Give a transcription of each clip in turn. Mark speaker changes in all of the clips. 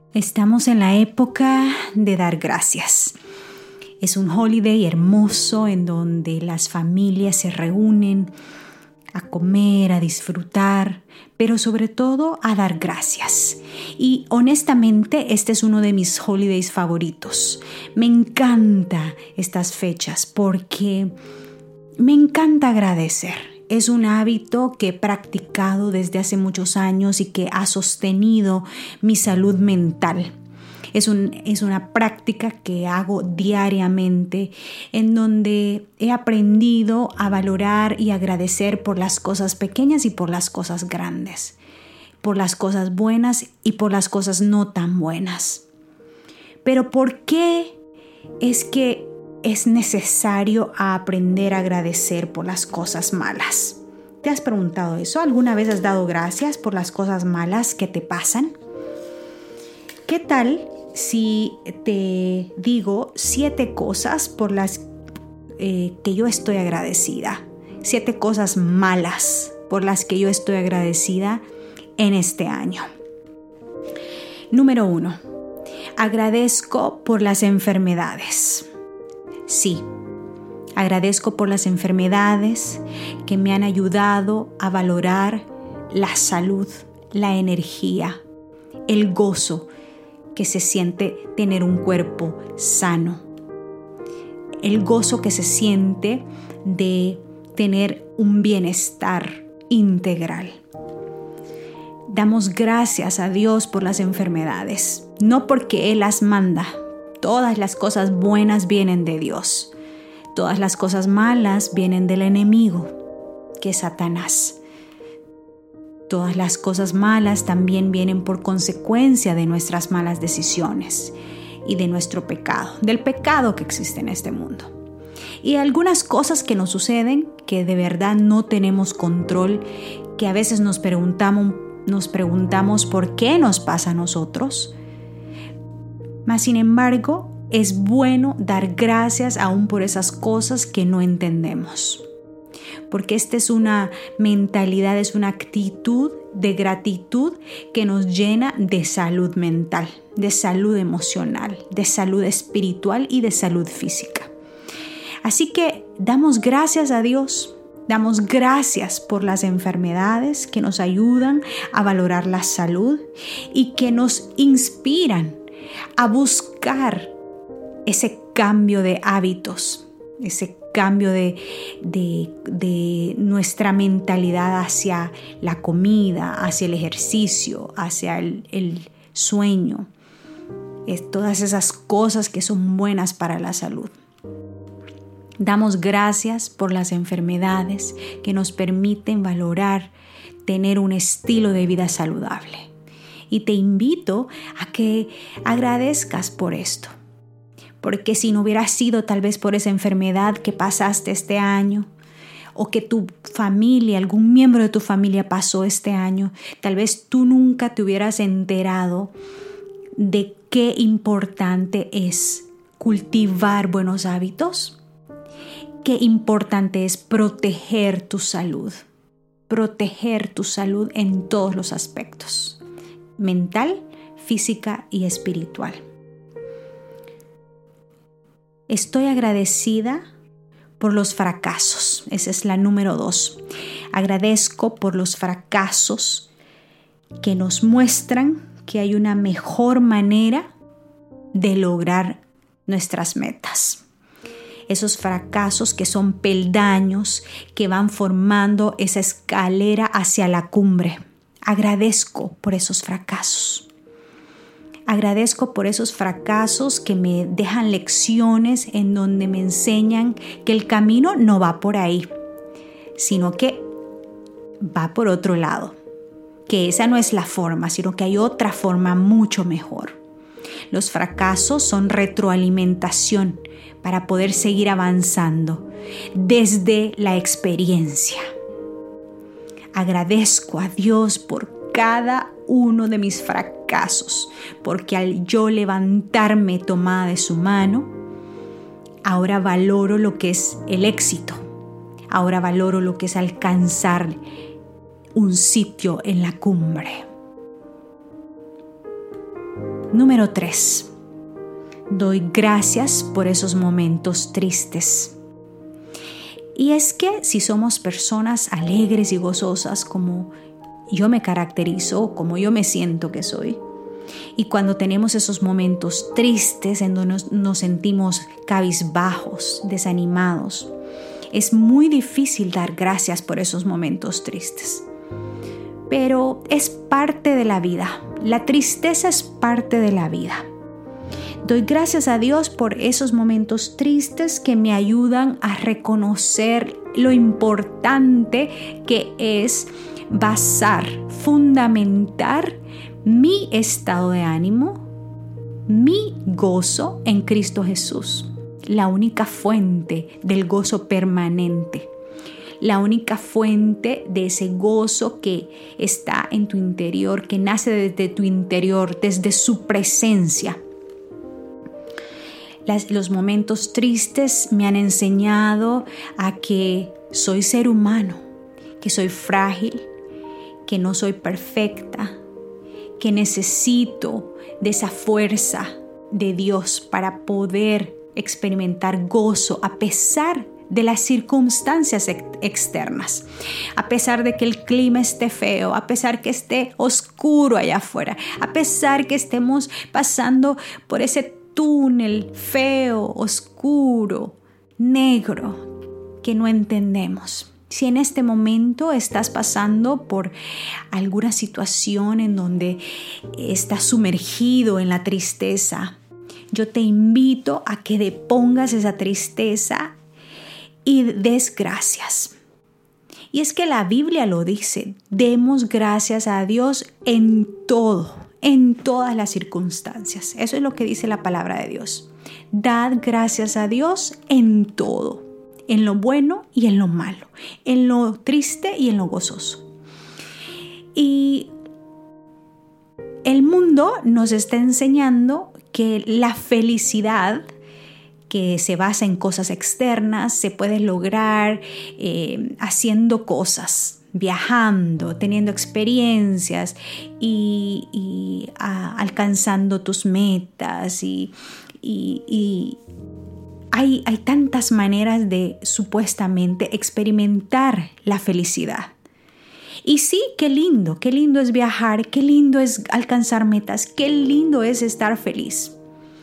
Speaker 1: Estamos en la época de dar gracias. Es un holiday hermoso en donde las familias se reúnen a comer, a disfrutar, pero sobre todo a dar gracias. Y honestamente, este es uno de mis holidays favoritos. Me encanta estas fechas porque me encanta agradecer. Es un hábito que he practicado desde hace muchos años y que ha sostenido mi salud mental. Es una práctica que hago diariamente en donde he aprendido a valorar y agradecer por las cosas pequeñas y por las cosas grandes, por las cosas buenas y por las cosas no tan buenas. Pero ¿por qué es que es necesario aprender a agradecer por las cosas malas? ¿Te has preguntado eso? ¿Alguna vez has dado gracias por las cosas malas que te pasan? ¿Qué tal si te digo 7 cosas por las que yo estoy agradecida? 7 cosas malas por las que yo estoy agradecida en este año. Número 1. Agradezco por las enfermedades. Sí, agradezco por las enfermedades que me han ayudado a valorar la salud, la energía, el gozo que se siente tener un cuerpo sano, el gozo que se siente de tener un bienestar integral. Damos gracias a Dios por las enfermedades, no porque Él las manda. Todas las cosas buenas vienen de Dios. Todas las cosas malas vienen del enemigo, que es Satanás. Todas las cosas malas también vienen por consecuencia de nuestras malas decisiones y de nuestro pecado, del pecado que existe en este mundo. Y algunas cosas que nos suceden que de verdad no tenemos control, que a veces nos preguntamos por qué nos pasa a nosotros. Mas, sin embargo, es bueno dar gracias aún por esas cosas que no entendemos. Porque esta es una mentalidad, es una actitud de gratitud que nos llena de salud mental, de salud emocional, de salud espiritual y de salud física. Así que damos gracias a Dios, damos gracias por las enfermedades que nos ayudan a valorar la salud y que nos inspiran a buscar ese cambio de hábitos, ese cambio de nuestra mentalidad hacia la comida, hacia el ejercicio, hacia el sueño, todas esas cosas que son buenas para la salud. Damos gracias por las enfermedades que nos permiten valorar, tener un estilo de vida saludable. Y te invito a que agradezcas por esto. Porque si no hubiera sido tal vez por esa enfermedad que pasaste este año, o que tu familia, algún miembro de tu familia pasó este año, tal vez tú nunca te hubieras enterado de qué importante es cultivar buenos hábitos, qué importante es proteger tu salud en todos los aspectos. Mental, física y espiritual. Estoy agradecida por los fracasos. Esa es la número 2. Agradezco por los fracasos que nos muestran que hay una mejor manera de lograr nuestras metas. Esos fracasos que son peldaños que van formando esa escalera hacia la cumbre. Agradezco por esos fracasos. Agradezco por esos fracasos que me dejan lecciones en donde me enseñan que el camino no va por ahí, sino que va por otro lado. Que esa no es la forma, sino que hay otra forma mucho mejor. Los fracasos son retroalimentación para poder seguir avanzando desde la experiencia. Agradezco a Dios por cada uno de mis fracasos, porque al yo levantarme tomada de su mano, ahora valoro lo que es el éxito. Ahora valoro lo que es alcanzar un sitio en la cumbre. Número 3. Doy gracias por esos momentos tristes. Y es que si somos personas alegres y gozosas como yo me caracterizo, como yo me siento que soy, y cuando tenemos esos momentos tristes en donde nos sentimos cabizbajos, desanimados, es muy difícil dar gracias por esos momentos tristes. Pero es parte de la vida. La tristeza es parte de la vida. Doy gracias a Dios por esos momentos tristes que me ayudan a reconocer lo importante que es basar, fundamentar mi estado de ánimo, mi gozo en Cristo Jesús, la única fuente del gozo permanente, la única fuente de ese gozo que está en tu interior, que nace desde tu interior, desde su presencia. Los momentos tristes me han enseñado a que soy ser humano, que soy frágil, que no soy perfecta, que necesito de esa fuerza de Dios para poder experimentar gozo a pesar de las circunstancias externas, a pesar de que el clima esté feo, a pesar que esté oscuro allá afuera, a pesar que estemos pasando por ese túnel feo, oscuro, negro, que no entendemos. Si en este momento estás pasando por alguna situación en donde estás sumergido en la tristeza, yo te invito a que depongas esa tristeza y des gracias. Y es que la Biblia lo dice, demos gracias a Dios en todo, en todas las circunstancias. Eso es lo que dice la palabra de Dios. Dad gracias a Dios en todo, en lo bueno y en lo malo, en lo triste y en lo gozoso. Y el mundo nos está enseñando que la felicidad que se basa en cosas externas se puede lograr haciendo cosas, viajando, teniendo experiencias y alcanzando tus metas y hay tantas maneras de supuestamente experimentar la felicidad. Y sí, qué lindo es viajar, qué lindo es alcanzar metas, qué lindo es estar feliz.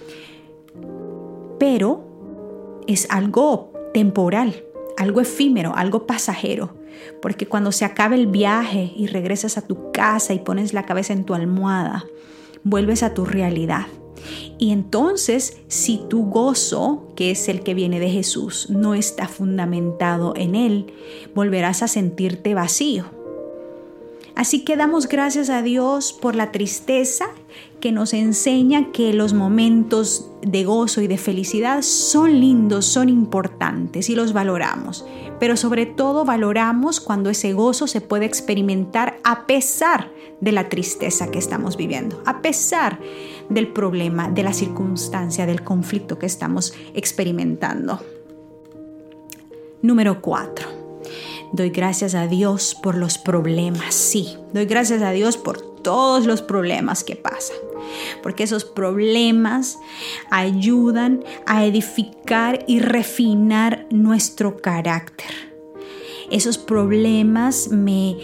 Speaker 1: Pero es algo temporal, algo efímero, algo pasajero. Porque cuando se acabe el viaje y regresas a tu casa y pones la cabeza en tu almohada, vuelves a tu realidad. Y entonces, si tu gozo, que es el que viene de Jesús, no está fundamentado en Él, volverás a sentirte vacío. Así que damos gracias a Dios por la tristeza que nos enseña que los momentos de gozo y de felicidad son lindos, son importantes y los valoramos. Pero sobre todo valoramos cuando ese gozo se puede experimentar a pesar de la tristeza que estamos viviendo, a pesar del problema, de la circunstancia, del conflicto que estamos experimentando. Número 4. Doy gracias a Dios por los problemas. Sí, doy gracias a Dios por todos los problemas que pasan. Porque esos problemas ayudan a edificar y refinar nuestro carácter. Esos problemas me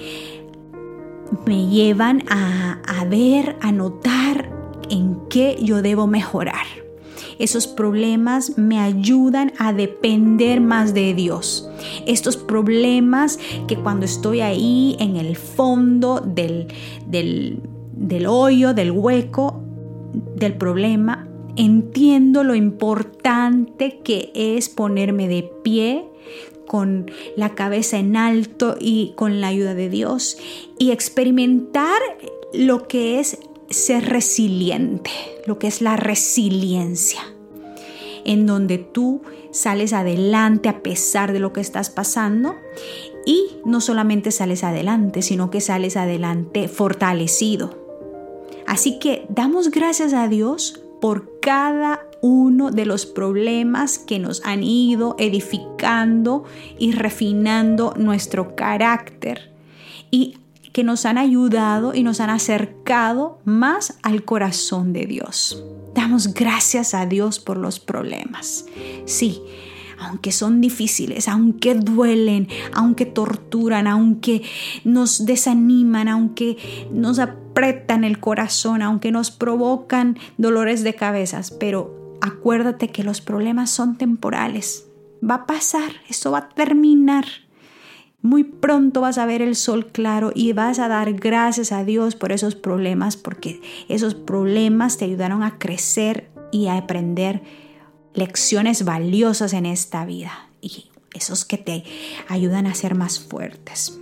Speaker 1: llevan a ver, a notar en qué yo debo mejorar. Esos problemas me ayudan a depender más de Dios. Estos problemas que cuando estoy ahí en el fondo del hoyo, del hueco, del problema, entiendo lo importante que es ponerme de pie con la cabeza en alto y con la ayuda de Dios y experimentar lo que es ser resiliente, lo que es la resiliencia, en donde tú sales adelante a pesar de lo que estás pasando y no solamente sales adelante, sino que sales adelante fortalecido. Así que damos gracias a Dios por cada uno de los problemas que nos han ido edificando y refinando nuestro carácter y que nos han ayudado y nos han acercado más al corazón de Dios. Damos gracias a Dios por los problemas. Sí, aunque son difíciles, aunque duelen, aunque torturan, aunque nos desaniman, aunque nos aprietan el corazón, aunque nos provocan dolores de cabezas, pero acuérdate que los problemas son temporales. Va a pasar, esto va a terminar. Muy pronto vas a ver el sol claro y vas a dar gracias a Dios por esos problemas, porque esos problemas te ayudaron a crecer y a aprender lecciones valiosas en esta vida, y esos que te ayudan a ser más fuertes.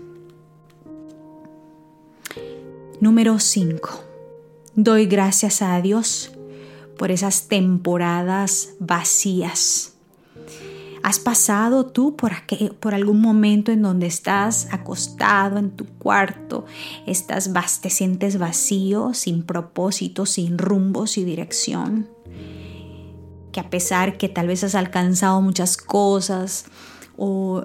Speaker 1: Número 5. Doy gracias a Dios por esas temporadas vacías. ¿Has pasado tú por algún momento en donde estás acostado en tu cuarto, te sientes vacío, sin propósito, sin rumbo, sin dirección? Que a pesar que tal vez has alcanzado muchas cosas o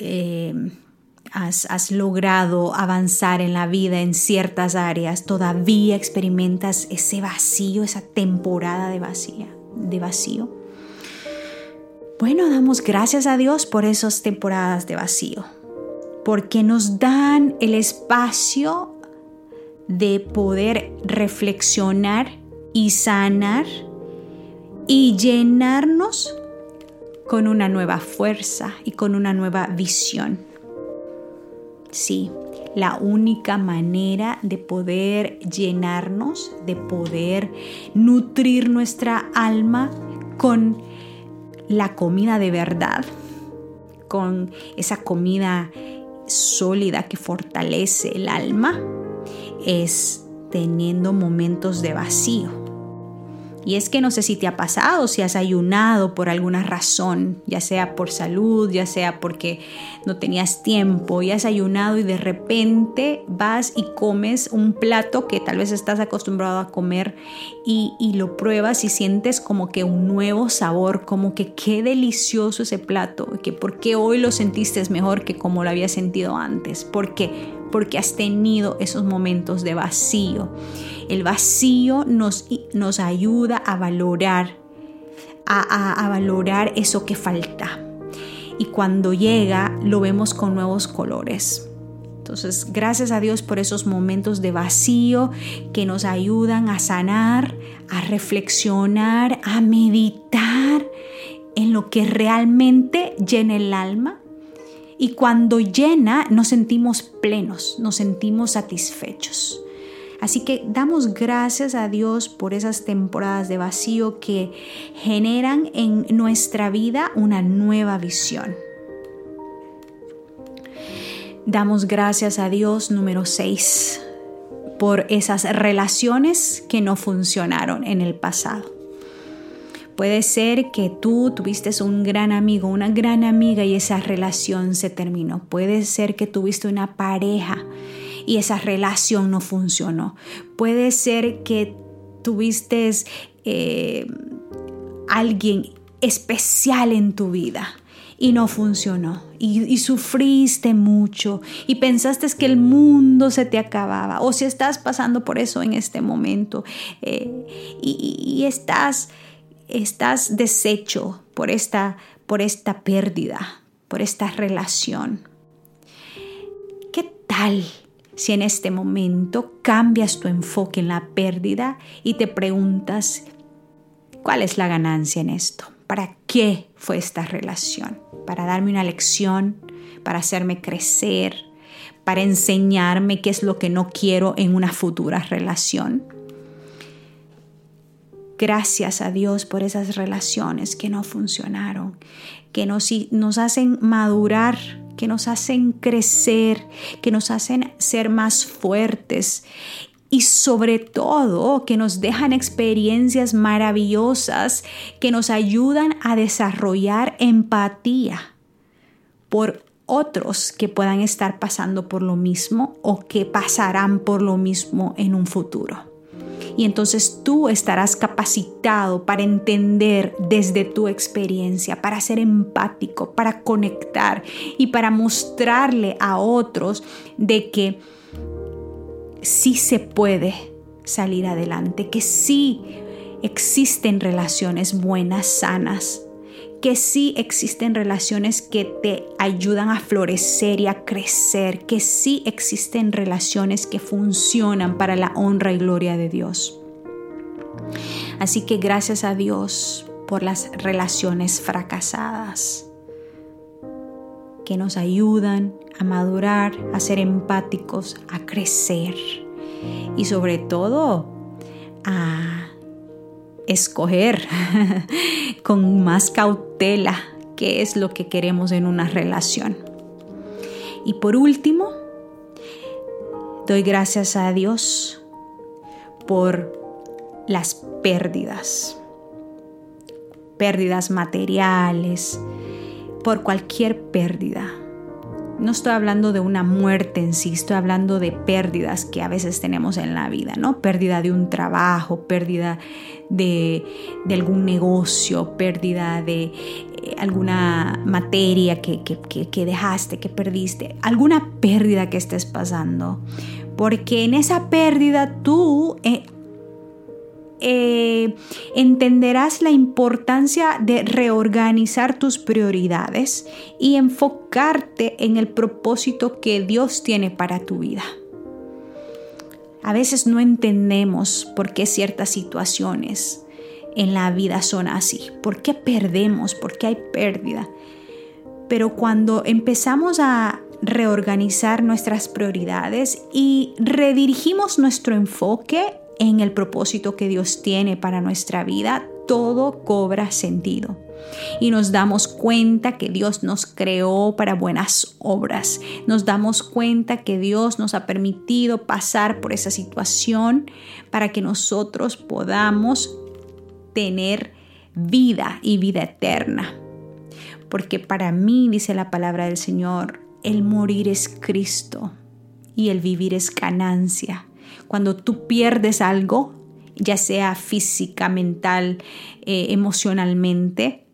Speaker 1: has logrado avanzar en la vida en ciertas áreas, todavía experimentas ese vacío, esa temporada de vacío. Bueno, damos gracias a Dios por esas temporadas de vacío, porque nos dan el espacio de poder reflexionar y sanar y llenarnos con una nueva fuerza y con una nueva visión. Sí, la única manera de poder llenarnos, de poder nutrir nuestra alma con la comida de verdad, con esa comida sólida que fortalece el alma, es teniendo momentos de vacío. Y es que no sé si te ha pasado, si has ayunado por alguna razón, ya sea por salud, ya sea porque no tenías tiempo, y has ayunado y de repente vas y comes un plato que tal vez estás acostumbrado a comer y lo pruebas y sientes como que un nuevo sabor, como que qué delicioso ese plato, que por qué hoy lo sentiste mejor que como lo habías sentido antes. ¿Por qué? Porque has tenido esos momentos de vacío. El vacío nos ayuda a valorar, a valorar eso que falta. Y cuando llega, lo vemos con nuevos colores. Entonces, gracias a Dios por esos momentos de vacío que nos ayudan a sanar, a reflexionar, a meditar en lo que realmente llena el alma. Y cuando llena, nos sentimos plenos, nos sentimos satisfechos. Así que damos gracias a Dios por esas temporadas de vacío que generan en nuestra vida una nueva visión. Damos gracias a Dios, número 6, por esas relaciones que no funcionaron en el pasado. Puede ser que tú tuviste un gran amigo, una gran amiga y esa relación se terminó. Puede ser que tuviste una pareja y esa relación no funcionó. Puede ser que tuviste alguien especial en tu vida y no funcionó. Y sufriste mucho y pensaste que el mundo se te acababa. O si estás pasando por eso en este momento y estás deshecho por esta pérdida, por esta relación. ¿Qué tal si en este momento cambias tu enfoque en la pérdida y te preguntas, ¿cuál es la ganancia en esto? ¿Para qué fue esta relación? ¿Para darme una lección? ¿Para hacerme crecer? ¿Para enseñarme qué es lo que no quiero en una futura relación? Gracias a Dios por esas relaciones que no funcionaron, que nos hacen madurar, que nos hacen crecer, que nos hacen ser más fuertes y sobre todo que nos dejan experiencias maravillosas que nos ayudan a desarrollar empatía por otros que puedan estar pasando por lo mismo o que pasarán por lo mismo en un futuro. Y entonces tú estarás capacitado para entender desde tu experiencia, para ser empático, para conectar y para mostrarle a otros de que sí se puede salir adelante, que sí existen relaciones buenas, sanas, que sí existen relaciones que te ayudan a florecer y a crecer, que sí existen relaciones que funcionan para la honra y gloria de Dios. Así que gracias a Dios por las relaciones fracasadas que nos ayudan a madurar, a ser empáticos, a crecer y sobre todo a escoger con más cautela qué es lo que queremos en una relación. Y por último, doy gracias a Dios por las pérdidas materiales, por cualquier pérdida. No estoy hablando de una muerte en sí, estoy hablando de pérdidas que a veces tenemos en la vida, ¿no? Pérdida de un trabajo, pérdida de algún negocio, pérdida de alguna materia que dejaste, que perdiste, alguna pérdida que estés pasando. Porque en esa pérdida tú entenderás la importancia de reorganizar tus prioridades y enfocarte en el propósito que Dios tiene para tu vida. A veces no entendemos por qué ciertas situaciones en la vida son así, por qué perdemos, por qué hay pérdida. Pero cuando empezamos a reorganizar nuestras prioridades y redirigimos nuestro enfoque en el propósito que Dios tiene para nuestra vida, todo cobra sentido. Y nos damos cuenta que Dios nos creó para buenas obras. Nos damos cuenta que Dios nos ha permitido pasar por esa situación para que nosotros podamos tener vida y vida eterna. Porque para mí, dice la palabra del Señor, el morir es Cristo y el vivir es ganancia. Cuando tú pierdes algo, ya sea física, mental, emocionalmente,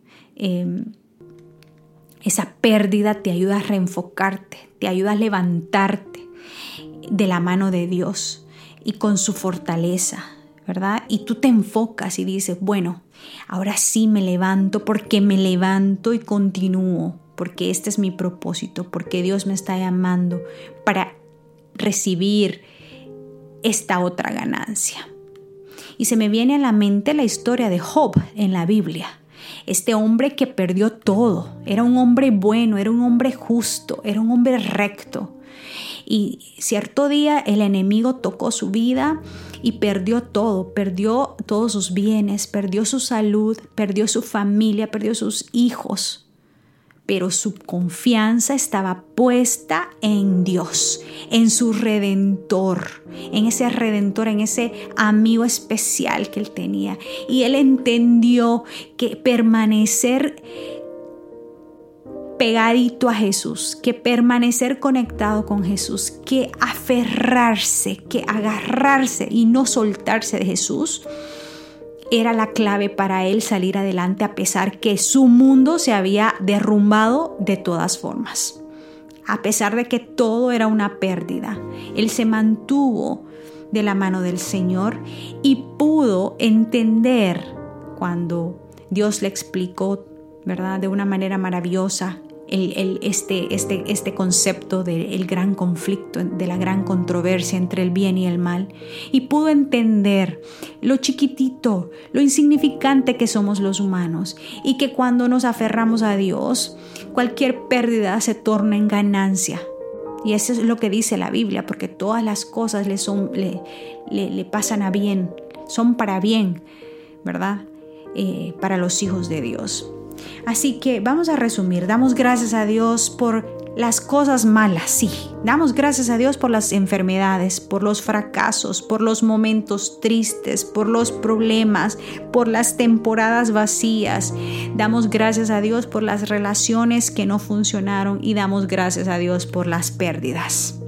Speaker 1: esa pérdida te ayuda a reenfocarte, te ayuda a levantarte de la mano de Dios y con su fortaleza, ¿verdad? Y tú te enfocas y dices, bueno, ahora sí me levanto porque me levanto y continúo, porque este es mi propósito, porque Dios me está llamando para recibir esta otra ganancia. Y se me viene a la mente la historia de Job en la Biblia. Este hombre que perdió todo, era un hombre bueno, era un hombre justo, era un hombre recto. Y cierto día el enemigo tocó su vida y perdió todo, perdió todos sus bienes, perdió su salud, perdió su familia, perdió sus hijos. Pero su confianza estaba puesta en Dios, en su Redentor, en ese amigo especial que él tenía. Y él entendió que permanecer pegadito a Jesús, que permanecer conectado con Jesús, que aferrarse, que agarrarse y no soltarse de Jesús, era la clave para él salir adelante a pesar que su mundo se había derrumbado de todas formas. A pesar de que todo era una pérdida, él se mantuvo de la mano del Señor y pudo entender cuando Dios le explicó, ¿verdad?, de una manera maravillosa este concepto del gran conflicto, de la gran controversia entre el bien y el mal, y pudo entender lo chiquitito, lo insignificante que somos los humanos, y que cuando nos aferramos a Dios, cualquier pérdida se torna en ganancia. Y eso es lo que dice la Biblia, porque todas las cosas le pasan a bien, son para bien, ¿verdad? Para los hijos de Dios. Así que vamos a resumir. Damos gracias a Dios por las cosas malas, sí. Damos gracias a Dios por las enfermedades, por los fracasos, por los momentos tristes, por los problemas, por las temporadas vacías. Damos gracias a Dios por las relaciones que no funcionaron y damos gracias a Dios por las pérdidas.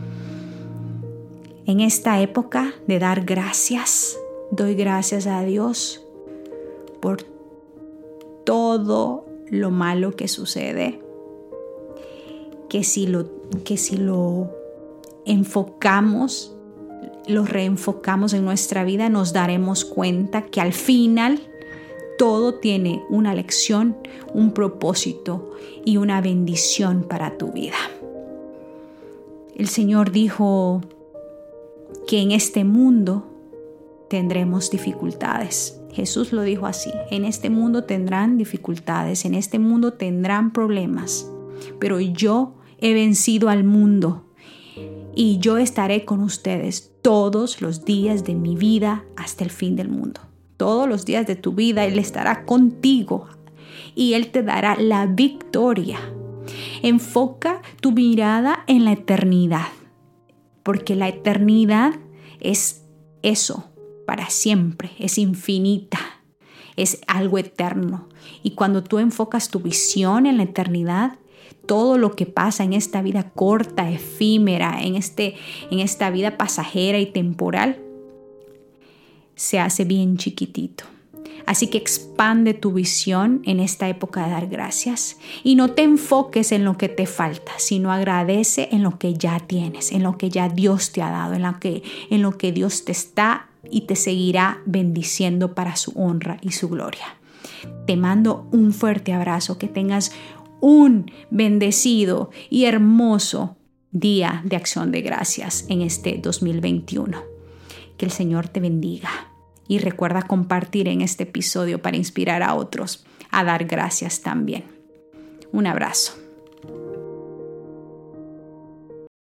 Speaker 1: En esta época de dar gracias, doy gracias a Dios por todo lo malo que sucede, que si lo enfocamos lo reenfocamos en nuestra vida, nos daremos cuenta que al final todo tiene una lección, un propósito y una bendición para tu vida. El Señor dijo que en este mundo tendremos dificultades. Jesús lo dijo así: en este mundo tendrán dificultades, en este mundo tendrán problemas, pero yo he vencido al mundo y yo estaré con ustedes todos los días de mi vida hasta el fin del mundo. Todos los días de tu vida Él estará contigo y Él te dará la victoria. Enfoca tu mirada en la eternidad, porque la eternidad es eso, para siempre, es infinita, es algo eterno. Y cuando tú enfocas tu visión en la eternidad, todo lo que pasa en esta vida corta, efímera, en esta vida pasajera y temporal, se hace bien chiquitito. Así que expande tu visión en esta época de dar gracias y no te enfoques en lo que te falta, sino agradece en lo que ya tienes, en lo que ya Dios te ha dado, en lo que Dios te está y te seguirá bendiciendo para su honra y su gloria. Te mando un fuerte abrazo, que tengas un bendecido y hermoso día de acción de gracias en este 2021. Que el Señor te bendiga y recuerda compartir en este episodio para inspirar a otros a dar gracias también. Un abrazo.